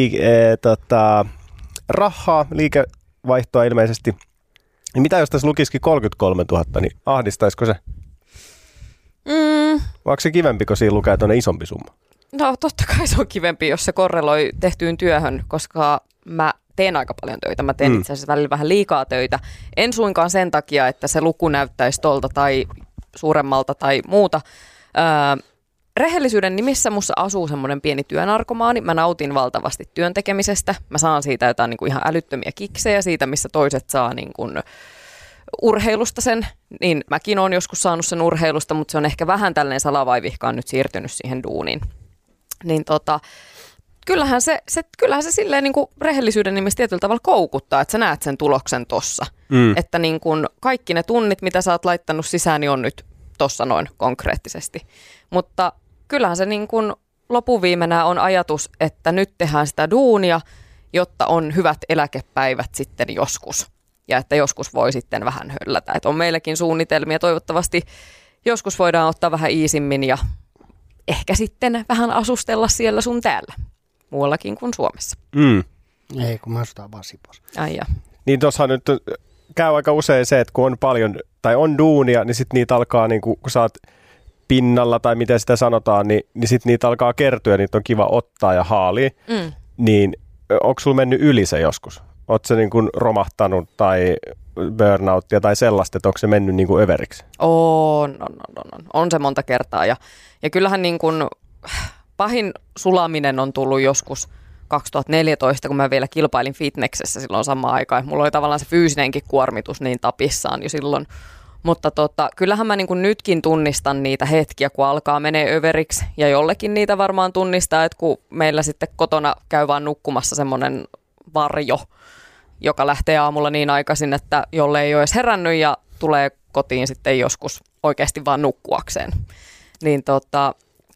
rahaa, liikevaihtoa ilmeisesti. Niin mitä jos tässä lukisikin 33 000, niin ahdistaisiko se? Vai onko se kivempi, kun siinä lukee tuonne isompi summa? No totta kai se on kivempi, jos se korreloi tehtyyn työhön, koska mä teen aika paljon töitä. Mä teen itse asiassa välillä vähän liikaa töitä. En suinkaan sen takia, että se luku näyttäisi tolta tai suuremmalta tai muuta. Rehellisyyden nimissä mussa asuu semmoinen pieni työnarkomaani. Mä nautin valtavasti työn tekemisestä. Mä saan siitä jotain niin kuin ihan älyttömiä kiksejä siitä, missä toiset saa niin kuin urheilusta sen. Niin mäkin olen joskus saanut sen urheilusta, mutta se on ehkä vähän tällainen salavaivihkaan nyt siirtynyt siihen duuniin. Niin kyllähän se silleen niin kuin rehellisyyden nimissä tietyllä tavalla koukuttaa, että sä näet sen tuloksen tossa. Että niin kuin kaikki ne tunnit, mitä sä oot laittanut sisään, niin on nyt tossa noin konkreettisesti. Mutta kyllähän se niin kuin lopuviimenä on ajatus, että nyt tehdään sitä duunia, jotta on hyvät eläkepäivät sitten joskus. Ja että joskus voi sitten vähän höllätä. Että on meilläkin suunnitelmia, toivottavasti joskus voidaan ottaa vähän iisimmin ja ehkä sitten vähän asustella siellä sun täällä. Muuallakin kuin Suomessa. Ei, kun mä asutaan vaan Sipossa. Ai ja. Niin tuossahan nyt käy aika usein se, että kun on paljon, tai on duunia, niin sitten niitä alkaa, niin kun sä oot pinnalla, tai miten sitä sanotaan, niin sitten niitä alkaa kertyä, niitä on kiva ottaa ja haalia. Niin onko sulla mennyt yli se joskus? Ootko se niin kuin romahtanut tai burnouttia tai sellaista, että onko se mennyt niin kuin överiksi? On se monta kertaa. Ja kyllähän niin kuin pahin sulaminen on tullut joskus 2014, kun mä vielä kilpailin fitneksessä silloin samaan aikaan. Mulla oli tavallaan se fyysinenkin kuormitus niin tapissaan jo silloin. Mutta kyllähän mä niin kuin nytkin tunnistan niitä hetkiä, kun alkaa menee överiksi. Ja jollekin niitä varmaan tunnistaa, että kun meillä sitten kotona käy vaan nukkumassa semmoinen varjo, joka lähtee aamulla niin aikaisin, että jolle ei ole edes herännyt ja tulee kotiin sitten joskus oikeasti vaan nukkuakseen. Niin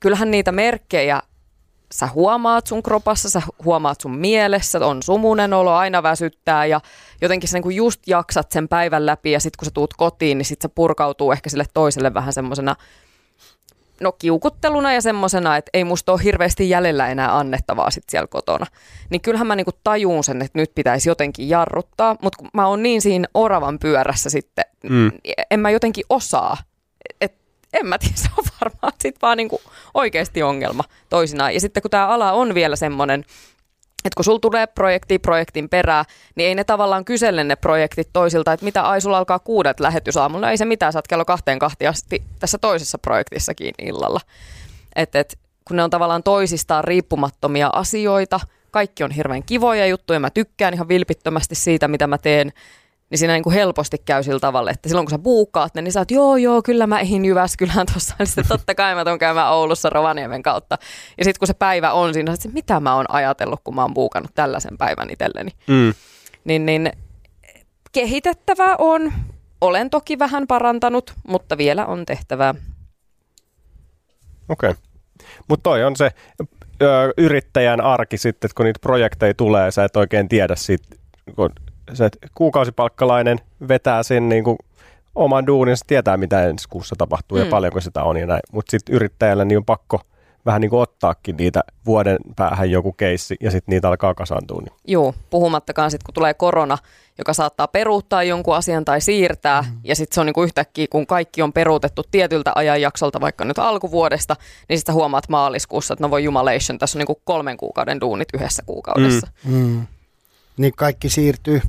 kyllähän niitä merkkejä sä huomaat sun kropassa, sä huomaat sun mielessä, on sumunen olo, aina väsyttää ja jotenkin sä niin just jaksat sen päivän läpi ja sitten kun sä tuut kotiin, niin sit se purkautuu ehkä sille toiselle vähän semmosena kiukutteluna ja semmosena, että ei musta ole hirveästi jäljellä enää annettavaa sit siellä kotona. Niin kyllähän mä niinku tajuun sen, että nyt pitäisi jotenkin jarruttaa, mutta kun mä oon niin siinä oravan pyörässä sitten, en mä jotenkin osaa. En mä tiedä, se on varmaan sit vaan niinku oikeasti ongelma toisinaan. Ja sitten kun tämä ala on vielä semmoinen, että kun sulla tulee projektin perään, niin ei ne tavallaan kysele ne projektit toisilta, että mitä sulla alkaa 6 lähetys aamulla. No ei se mitään, sä oot kello 2 asti tässä toisessa projektissa kiinni illalla. Kun ne on tavallaan toisistaan riippumattomia asioita, kaikki on hirveän kivoja juttuja, mä tykkään ihan vilpittömästi siitä, mitä mä teen, niin siinä niin kuin helposti käy sillä tavalla, että silloin kun sä buukkaat ne, niin sä oot joo, kyllä mä ehdin Jyväskylään tuossa, niin sitten totta kai mä tuun käymään Oulussa Rovaniemen kautta. Ja sitten kun se päivä on siinä, että mitä mä oon ajatellut, kun mä oon buukannut tällaisen päivän itselleni. Niin kehitettävää on. Olen toki vähän parantanut, mutta vielä on tehtävää. Okei. Mutta toi on se yrittäjän arki sitten, että kun niitä projekteja tulee, sä et oikein tiedä siitä, kun se kuukausipalkkalainen vetää sen niin kuin oman duunin, se tietää mitä ensi kuussa tapahtuu ja paljonko sitä on ja näin. Mutta sitten yrittäjällä niin on pakko vähän niin kuin ottaakin niitä vuoden päähän joku keissi ja sitten niitä alkaa kasaantua. Niin. Joo, puhumattakaan sitten kun tulee korona, joka saattaa peruuttaa jonkun asian tai siirtää ja sitten se on niin kuin yhtäkkiä, kun kaikki on peruutettu tietyltä ajanjaksolta, vaikka nyt alkuvuodesta, niin sitten huomaat maaliskuussa, että no voi jumalation, tässä on niin kuin 3 kuukauden duunit 1 kuukaudessa. Niin kaikki siirtyy.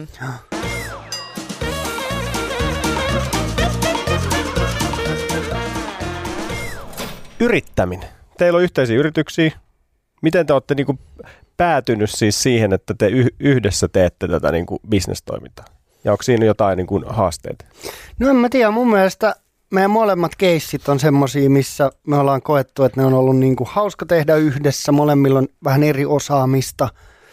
Yrittäminen. Teillä on yhteisiä yrityksiä. Miten te olette niinku päätynyt siis siihen, että te yhdessä teette tätä niinku bisnestoimintaa? Ja onko siinä jotain niinku haasteita? No en mä tiedä. Mun mielestä meidän molemmat keissit on semmosia, missä me ollaan koettu, että ne on ollut niinku hauska tehdä yhdessä. Molemmilla on vähän eri osaamista.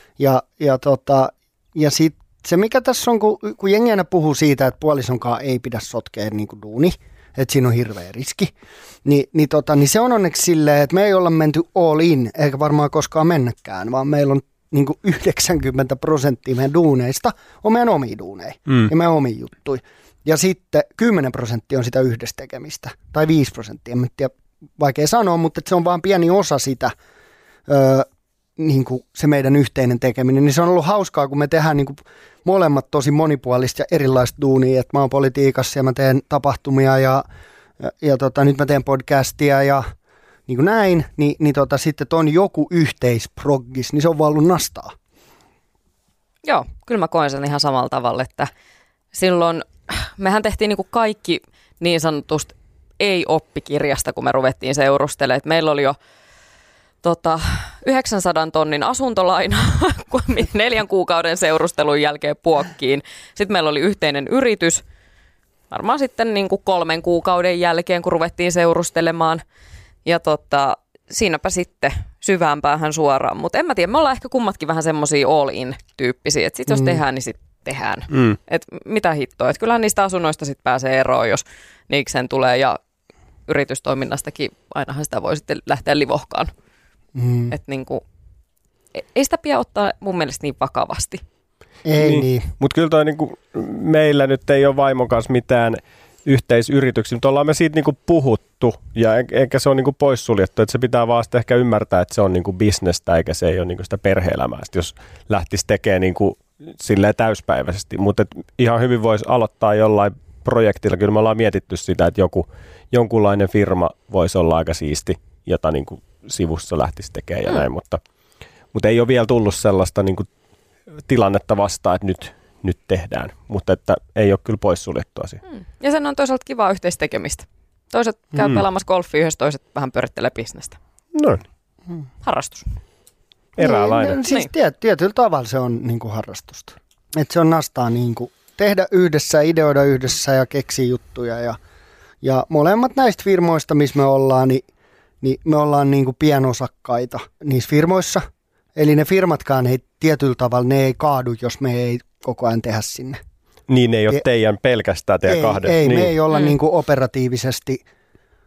Ja sitten se, mikä tässä on, kun jengi aina puhuu siitä, että puolisonkaan ei pidä sotkea niin kuin duuni, että siinä on hirveä riski, niin se on onneksi silleen, että me ei olla menty all in, eikä varmaan koskaan mennäkään, vaan meillä on niin kuin 90% meidän duuneista on meidän omia duuneja ja meidän omia juttuja. Ja sitten 10% on sitä yhdessä tekemistä, tai 5%, en tiedä, vaikea sanoa, mutta se on vaan pieni osa sitä, niin kuin se meidän yhteinen tekeminen, niin se on ollut hauskaa, kun me tehdään niin kuin molemmat tosi monipuolista ja erilaista duunia, että mä oon politiikassa ja mä teen tapahtumia ja nyt mä teen podcastia ja niin kuin näin, niin sitten on joku yhteisproggis, niin se on vaan ollut nastaa. Joo, kyllä mä koen sen ihan samalla tavalla, että silloin mehän tehtiin niin kuin kaikki niin sanotusti ei-oppikirjasta, kun me ruvettiin seurustelemaan, että meillä oli jo 900 tonnin asuntolaina 4 kuukauden seurustelun jälkeen puokkiin. Sitten meillä oli yhteinen yritys, varmaan sitten niin kuin 3 kuukauden jälkeen, kun ruvettiin seurustelemaan. Ja siinäpä sitten syvään päähän suoraan. Mutta en mä tiedä, me ollaan ehkä kummatkin vähän semmosia all-in-tyyppisiä. Että sitten jos tehdään, niin sitten tehdään. Et mitä hittoa. Et kyllähän niistä asunnoista sitten pääsee eroon, jos niikseen tulee. Ja yritystoiminnastakin ainahan sitä voi sitten lähteä livohkaan. Että niinku, ei sitä pidä ottaa mun mielestä niin vakavasti. Ei niin. Mutta kyllä toi niinku, meillä nyt ei ole vaimon kanssa mitään yhteisyrityksiä, mutta ollaan me siitä niinku puhuttu ja eikä se ole niinku poissuljettu, että se pitää vaan sitten ehkä ymmärtää, että se on niinku bisnestä eikä se ei ole niinku sitä perhe-elämää, jos lähtisi tekemään niinku silleen täyspäiväisesti, mutta ihan hyvin voisi aloittaa jollain projektilla. Kyllä me ollaan mietitty sitä, että jonkunlainen firma voisi olla aika siisti, jota niinku sivussa lähtisi tekemään ja näin, mutta ei ole vielä tullut sellaista niin kuin tilannetta vastaan, että nyt tehdään, mutta että ei ole kyllä poissuljettu asia. Ja sen on toisaalta kivaa yhteistekemistä. Toiset käy pelaamassa golfia yhdessä, toiset vähän pyörittelee bisnestä. Noin. Harrastus. Eräänlainen. Siis tietyllä tavalla se on niin kuin harrastusta. Että se on nastaa niin kuin tehdä yhdessä, ideoida yhdessä ja keksiä juttuja. Ja molemmat näistä firmoista, missä me ollaan, niin me ollaan niin kuin pienosakkaita niissä firmoissa. Eli ne firmatkaan ei tietyllä tavalla, ne ei kaadu, jos me ei koko ajan tehdä sinne. Niin ei ole teidän pelkästään teidän kahden. Ei, me ei olla niin kuin operatiivisesti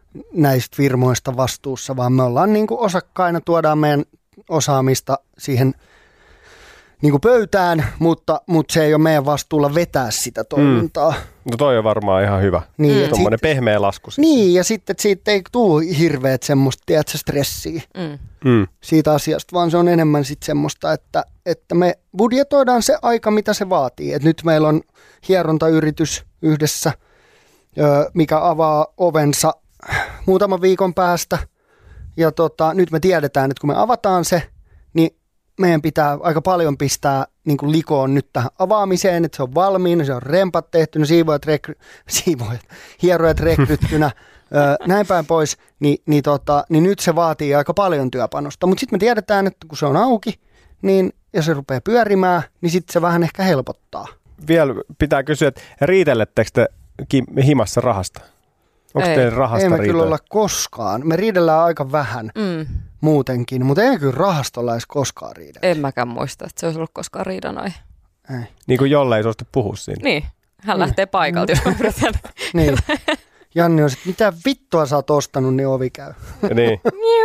näistä firmoista vastuussa, vaan me ollaan niin kuin osakkaina, tuodaan meidän osaamista siihen niin kuin pöytään, mutta se ei ole meidän vastuulla vetää sitä toimintaa. No toi on varmaan ihan hyvä. Niin, tuommoinen pehmeä lasku. Siis. Niin, ja sitten että siitä ei tule hirveät semmoista, tiedätkö, stressiä siitä asiasta, vaan se on enemmän sitten semmoista, että me budjetoidaan se aika, mitä se vaatii. Et nyt meillä on hierontayritys yhdessä, mikä avaa ovensa muutaman viikon päästä, ja nyt me tiedetään, että kun me avataan se, niin meidän pitää aika paljon pistää niin kuin likoon nyt tähän avaamiseen, että se on valmiina, se on rempat tehty, hierojat rekryttynä, näin päin pois, niin nyt se vaatii aika paljon työpanosta. Mutta sitten me tiedetään, että kun se on auki, niin ja se rupeaa pyörimään, niin sitten se vähän ehkä helpottaa. Vielä pitää kysyä, että riitellettekö te himassa rahasta? Onko teidän rahasta ei me riitellä? kyllä olla koskaan. Me riidellään aika vähän muutenkin, mutta ei kyllä rahastolla edes koskaan riidellä. En mäkään muista, että se olisi ollut koskaan riidan aihe. Ei. Niin kuin jolle ei suostu puhua siinä. Niin, hän lähtee paikalta, jos mä yritän. Niin. Janni on, että mitä vittua sä oot ostanut, niin ovi käy. Niin.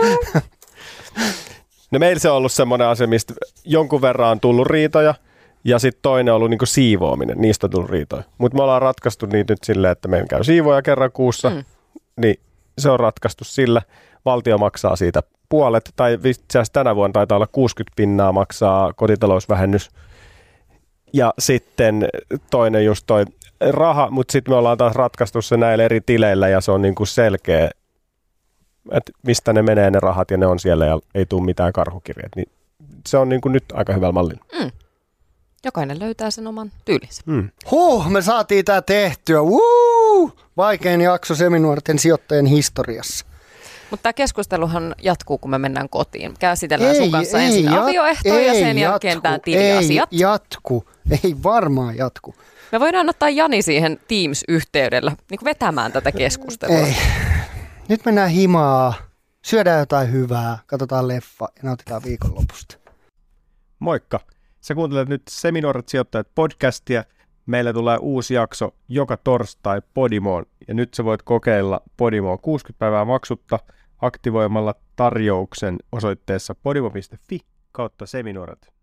No meillä se on ollut semmoinen asia, mistä jonkun verran on tullut riitoja, ja sitten toinen on ollut niinku siivoaminen, niistä on tullut riitoja. Mutta me ollaan ratkaistu niitä nyt silleen, että meidän käy siivoja kerran kuussa, niin se on ratkaistu sillä. Valtio maksaa siitä puolet, tai itse asiassa tänä vuonna taitaa olla 60% maksaa kotitalousvähennys. Ja sitten toinen just toi raha, mutta sitten me ollaan taas ratkaistu se näillä eri tileillä, ja se on niinku selkeä, että mistä ne menee ne rahat, ja ne on siellä, ja ei tule mitään karhukirjeet. Niin se on niinku nyt aika hyvä mallilla. Jokainen löytää sen oman tyylinsä. Me saatiin tää tehtyä. Vaikein jakso seminuorten sijoittajien historiassa. Mutta tämä keskusteluhan jatkuu, kun me mennään kotiin. Käsitellään sun kanssa ensin avioehtoja ja sen jälkeen tämä tiliasiat. Ei varmaan jatku. Me voidaan ottaa Jani siihen Teams-yhteydellä niin kuin vetämään tätä keskustelua. Ei. Nyt mennään himaa, syödään jotain hyvää, katsotaan leffa ja nautitaan viikonlopusta. Moikka! Sä kuuntelet nyt Seminuoret sijoittajat podcastia. Meillä tulee uusi jakso joka torstai Podimoon. Ja nyt sä voit kokeilla Podimoa 60 päivää maksutta aktivoimalla tarjouksen osoitteessa podimo.fi/seminuoret.